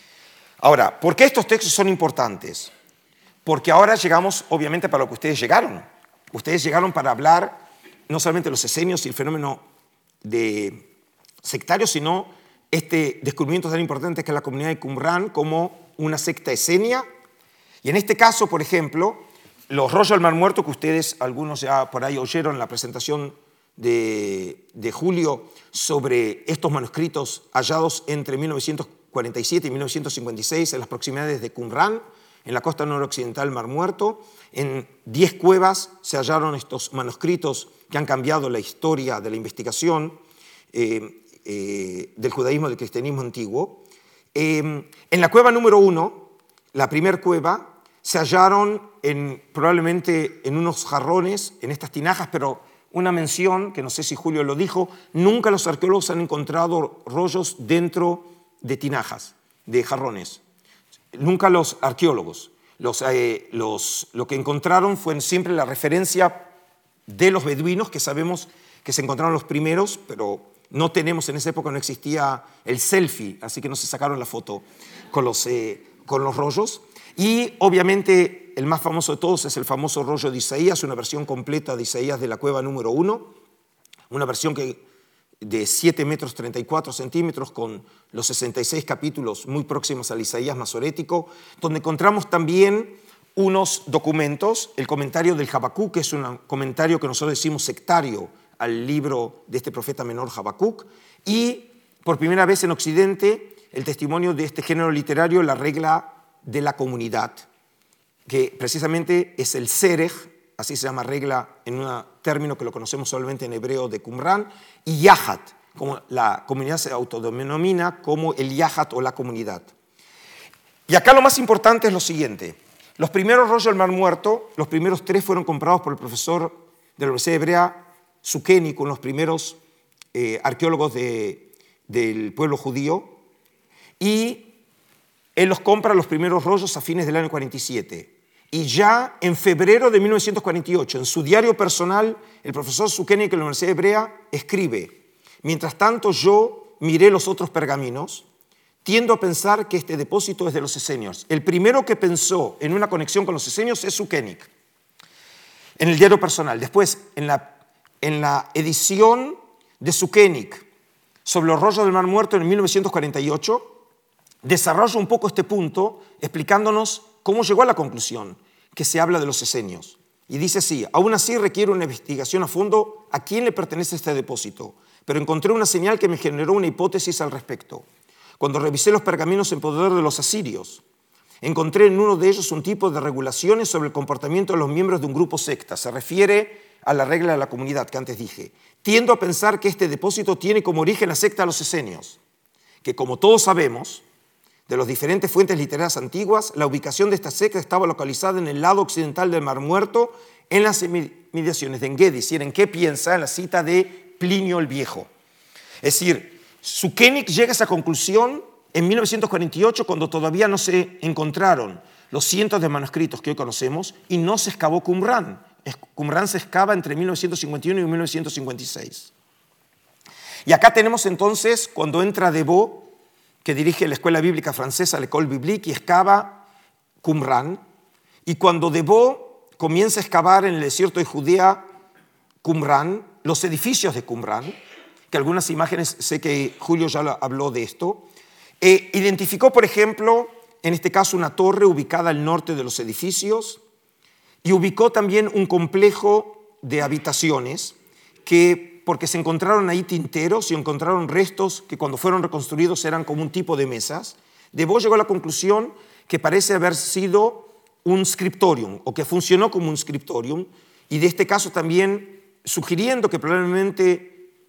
Ahora, ¿por qué estos textos son importantes? Porque ahora llegamos, obviamente, para lo que ustedes llegaron. Ustedes llegaron para hablar no solamente de los esenios y el fenómeno de sectarios, sino este descubrimiento tan importante que es la comunidad de Qumran como una secta esenia. Y en este caso, por ejemplo, los rollos del Mar Muerto, que ustedes, algunos ya por ahí oyeron en la presentación de, de Julio sobre estos manuscritos hallados entre mil novecientos cuarenta y siete y mil novecientos cincuenta y seis en las proximidades de Qumran, en la costa noroccidental del Mar Muerto. En diez cuevas se hallaron estos manuscritos que han cambiado la historia de la investigación eh, eh, del judaísmo y del cristianismo antiguo. Eh, en la cueva número uno, la primera cueva, se hallaron en, probablemente en unos jarrones, en estas tinajas, pero una mención, que no sé si Julio lo dijo, nunca los arqueólogos han encontrado rollos dentro de tinajas, de jarrones. Nunca los arqueólogos. Los, eh, los, lo que encontraron fue siempre la referencia de los beduinos, que sabemos que se encontraron los primeros, pero no tenemos, en esa época no existía el selfie, así que no se sacaron la foto con los, eh, con los rollos. Y obviamente el más famoso de todos es el famoso rollo de Isaías, una versión completa de Isaías de la cueva número uno, una versión que de siete metros treinta y cuatro centímetros con los sesenta y seis capítulos muy próximos al Isaías masorético, donde encontramos también unos documentos, el comentario del Habacuc, que es un comentario que nosotros decimos sectario al libro de este profeta menor Habacuc, y por primera vez en Occidente el testimonio de este género literario, la regla de la comunidad, que precisamente es el Serej, así se llama regla en un término que lo conocemos solamente en hebreo de Qumran, y Yahat, como la comunidad se autodenomina como el Yahat o la comunidad. Y acá lo más importante es lo siguiente. Los primeros rollos del Mar Muerto, los primeros tres fueron comprados por el profesor de la Universidad Hebrea, Zuccheni, con los primeros eh, arqueólogos de, del pueblo judío, y él los compra los primeros rollos a fines del año cuarenta y siete. Y ya en febrero de mil novecientos cuarenta y ocho, en su diario personal, el profesor Zuccheni, que en la Universidad Hebrea, escribe: mientras tanto yo miré los otros pergaminos, tiendo a pensar que este depósito es de los esenios. El primero que pensó en una conexión con los esenios es Zuccheni, en el diario personal. Después, en la, en la edición de Zuccheni sobre los rollos del Mar Muerto en mil novecientos cuarenta y ocho, desarrolla un poco este punto explicándonos cómo llegó a la conclusión que se habla de los esenios. Y dice así: aún así requiere una investigación a fondo a quién le pertenece este depósito, pero encontré una señal que me generó una hipótesis al respecto. Cuando revisé los pergaminos en poder de los asirios, encontré en uno de ellos un tipo de regulaciones sobre el comportamiento de los miembros de un grupo secta. Se refiere a la regla de la comunidad que antes dije. Tiendo a pensar que este depósito tiene como origen la secta de los esenios, que como todos sabemos, de las diferentes fuentes literarias antiguas, la ubicación de esta secta estaba localizada en el lado occidental del Mar Muerto, en las inmediaciones de Engedi. ¿Y en qué piensa? En la cita de Plinio el Viejo. Es decir, Sukenik llega a esa conclusión en mil novecientos cuarenta y ocho, cuando todavía no se encontraron los cientos de manuscritos que hoy conocemos y no se excavó Qumran. Qumran se excava entre mil novecientos cincuenta y uno y mil novecientos cincuenta y seis. Y acá tenemos entonces cuando entra Deveau, que dirige la escuela bíblica francesa, l'École Biblique, y excava Qumran. Y cuando Deveau comienza a excavar en el desierto de Judea Qumran, los edificios de Qumran, que algunas imágenes, sé que Julio ya habló de esto, e identificó, por ejemplo, en este caso una torre ubicada al norte de los edificios, y ubicó también un complejo de habitaciones que, porque se encontraron ahí tinteros y encontraron restos que cuando fueron reconstruidos eran como un tipo de mesas, Deveau llegó a la conclusión que parece haber sido un scriptorium o que funcionó como un scriptorium, y de este caso también sugiriendo que probablemente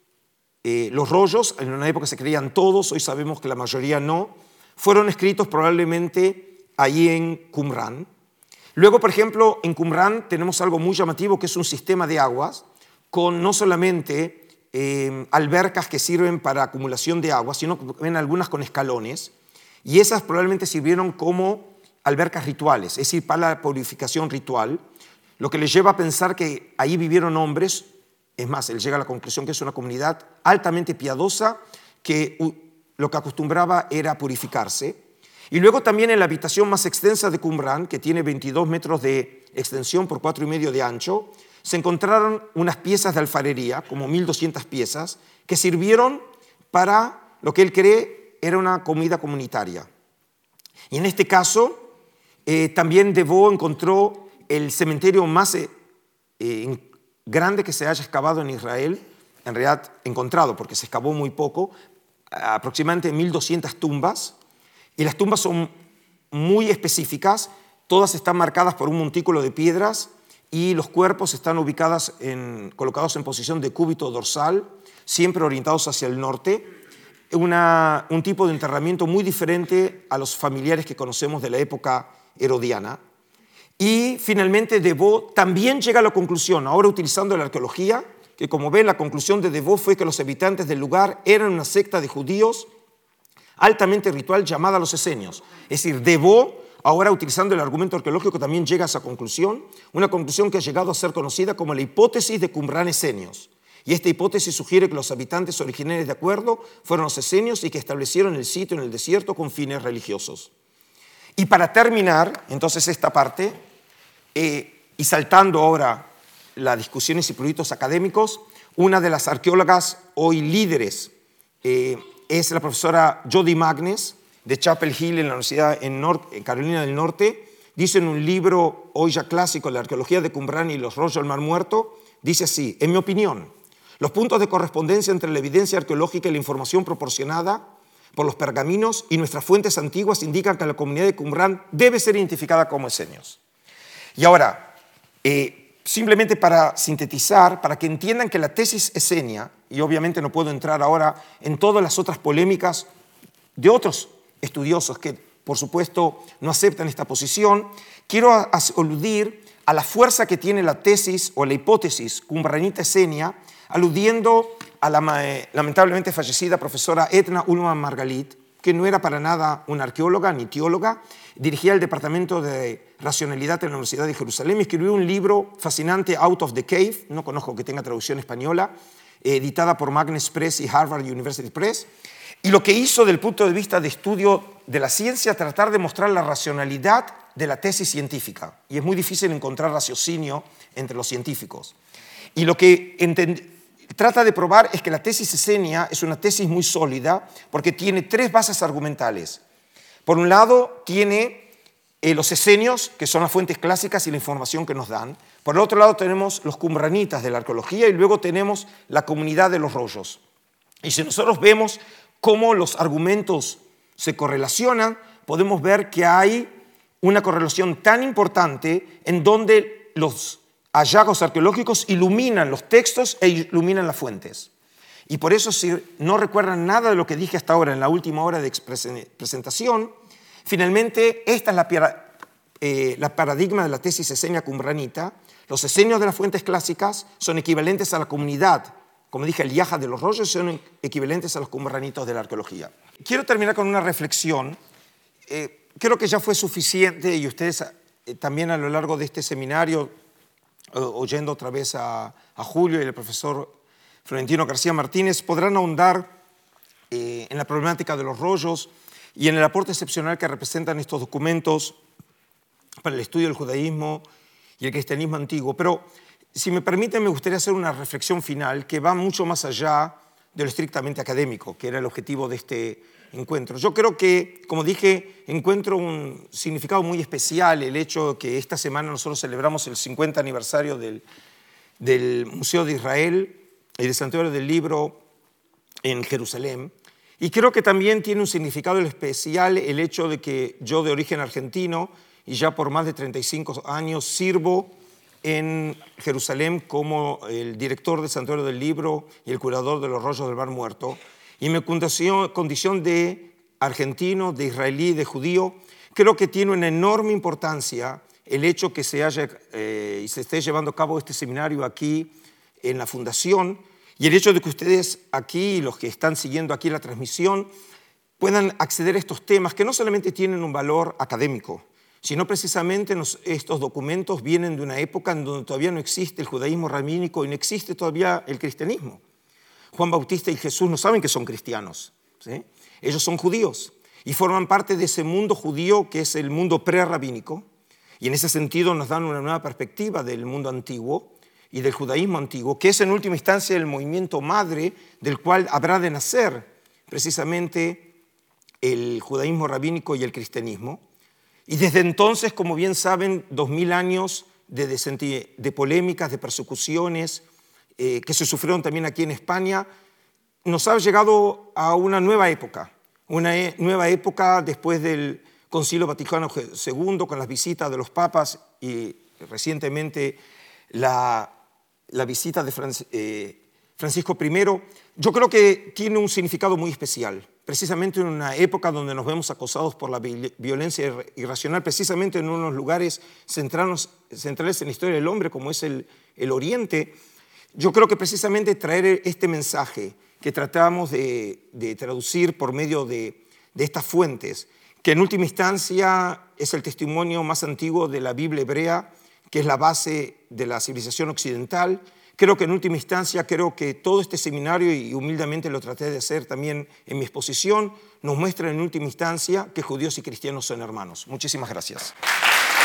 eh, los rollos, en una época se creían todos, hoy sabemos que la mayoría no, fueron escritos probablemente ahí en Qumran. Luego, por ejemplo, en Qumran tenemos algo muy llamativo que es un sistema de aguas con no solamente eh, albercas que sirven para acumulación de agua, sino que ven algunas con escalones, y esas probablemente sirvieron como albercas rituales, es decir, para la purificación ritual, lo que les lleva a pensar que ahí vivieron hombres. Es más, él llega a la conclusión que es una comunidad altamente piadosa que lo que acostumbraba era purificarse. Y luego también en la habitación más extensa de Qumran, que tiene veintidós metros de extensión por cuatro y medio de ancho, se encontraron unas piezas de alfarería, como mil doscientas piezas, que sirvieron para lo que él cree era una comida comunitaria. Y en este caso, eh, también Deveau encontró el cementerio más eh, eh, grande que se haya excavado en Israel, en realidad encontrado, porque se excavó muy poco, aproximadamente mil doscientas tumbas, y las tumbas son muy específicas, todas están marcadas por un montículo de piedras y los cuerpos están ubicados en, colocados en posición de cúbito dorsal, siempre orientados hacia el norte, una, un tipo de enterramiento muy diferente a los familiares que conocemos de la época herodiana. Y finalmente Deveau también llega a la conclusión, ahora utilizando la arqueología, que como ven la conclusión de Deveau fue que los habitantes del lugar eran una secta de judíos altamente ritual llamada los esenios. Es decir, Deveau, ahora utilizando el argumento arqueológico, también llega a esa conclusión, una conclusión que ha llegado a ser conocida como la hipótesis de Qumran esenios. Y esta hipótesis sugiere que los habitantes originarios de acuerdo fueron los esenios y que establecieron el sitio en el desierto con fines religiosos. Y para terminar, entonces, esta parte, eh, y saltando ahora las discusiones y proyectos académicos, una de las arqueólogas hoy líderes eh, es la profesora Jody Magnes, de Chapel Hill en la Universidad en, Norte, en Carolina del Norte. Dice en un libro hoy ya clásico, La arqueología de Qumran y los rollos del Mar Muerto, dice así: en mi opinión, los puntos de correspondencia entre la evidencia arqueológica y la información proporcionada por los pergaminos y nuestras fuentes antiguas indican que la comunidad de Qumran debe ser identificada como esenios. Y ahora, eh, simplemente para sintetizar, para que entiendan que la tesis esenia, y obviamente no puedo entrar ahora en todas las otras polémicas de otros estudiosos que, por supuesto, no aceptan esta posición, quiero aludir a la fuerza que tiene la tesis o la hipótesis qumranita esenia, aludiendo a la eh, lamentablemente fallecida profesora Edna Ullmann Margalit, que no era para nada una arqueóloga ni teóloga, dirigía el Departamento de Racionalidad en la Universidad de Jerusalén y escribió un libro fascinante, Out of the Cave, no conozco que tenga traducción española, eh, editada por Magnes Press y Harvard University Press, y lo que hizo desde el punto de vista de estudio de la ciencia, tratar de mostrar la racionalidad de la tesis científica, y es muy difícil encontrar raciocinio entre los científicos. Y lo que entend... trata de probar es que la tesis esenia es una tesis muy sólida porque tiene tres bases argumentales. Por un lado, tiene eh, los esenios, que son las fuentes clásicas y la información que nos dan. Por el otro lado, tenemos los qumranitas de la arqueología y luego tenemos la comunidad de los rollos. Y si nosotros vemos cómo los argumentos se correlacionan, podemos ver que hay una correlación tan importante en donde los hallazgos arqueológicos iluminan los textos e iluminan las fuentes. Y por eso, si no recuerdan nada de lo que dije hasta ahora en la última hora de presentación, finalmente esta es la, eh, la paradigma de la tesis esenia qumranita. Los esenios de las fuentes clásicas son equivalentes a la comunidad, como dije, el yaja de los rollos, son equivalentes a los qumranitos de la arqueología. Quiero terminar con una reflexión. Eh, creo que ya fue suficiente y ustedes eh, también a lo largo de este seminario, eh, oyendo otra vez a, a Julio y al profesor Florentino García Martínez, podrán ahondar eh, en la problemática de los rollos y en el aporte excepcional que representan estos documentos para el estudio del judaísmo y el cristianismo antiguo. Pero, si me permiten, me gustaría hacer una reflexión final que va mucho más allá de lo estrictamente académico, que era el objetivo de este encuentro. Yo creo que, como dije, encuentro un significado muy especial el hecho de que esta semana nosotros celebramos el cincuenta aniversario del, del Museo de Israel y del Santuario del Libro en Jerusalén. Y creo que también tiene un significado especial el hecho de que yo, de origen argentino, y ya por más de treinta y cinco años sirvo en Jerusalén como el director del Santuario del Libro y el curador de los rollos del Mar Muerto. Y mi condición, condición de argentino, de israelí, de judío, creo que tiene una enorme importancia el hecho que se haya eh, y se esté llevando a cabo este seminario aquí en la Fundación, y el hecho de que ustedes aquí, los que están siguiendo aquí la transmisión, puedan acceder a estos temas que no solamente tienen un valor académico, sino precisamente nos, estos documentos vienen de una época en donde todavía no existe el judaísmo rabínico y no existe todavía el cristianismo. Juan Bautista y Jesús no saben que son cristianos, ¿sí? Ellos son judíos y forman parte de ese mundo judío que es el mundo prerrabínico, y en ese sentido nos dan una nueva perspectiva del mundo antiguo y del judaísmo antiguo, que es en última instancia el movimiento madre del cual habrá de nacer precisamente el judaísmo rabínico y el cristianismo. Y desde entonces, como bien saben, dos mil años de, de, de polémicas, de persecuciones, eh, que se sufrieron también aquí en España, nos ha llegado a una nueva época, una e nueva época después del Concilio Vaticano segundo, con las visitas de los papas y recientemente la, la visita de Francisco, eh, Francisco primero. Yo creo que tiene un significado muy especial, precisamente en una época donde nos vemos acosados por la violencia irracional, precisamente en unos lugares centrales, centrales en la historia del hombre, como es el, el Oriente. Yo creo que precisamente traer este mensaje que tratamos de, de traducir por medio de, de estas fuentes, que en última instancia es el testimonio más antiguo de la Biblia hebrea, que es la base de la civilización occidental. Creo que en última instancia, creo que todo este seminario, y humildemente lo traté de hacer también en mi exposición, nos muestra en última instancia que judíos y cristianos son hermanos. Muchísimas gracias.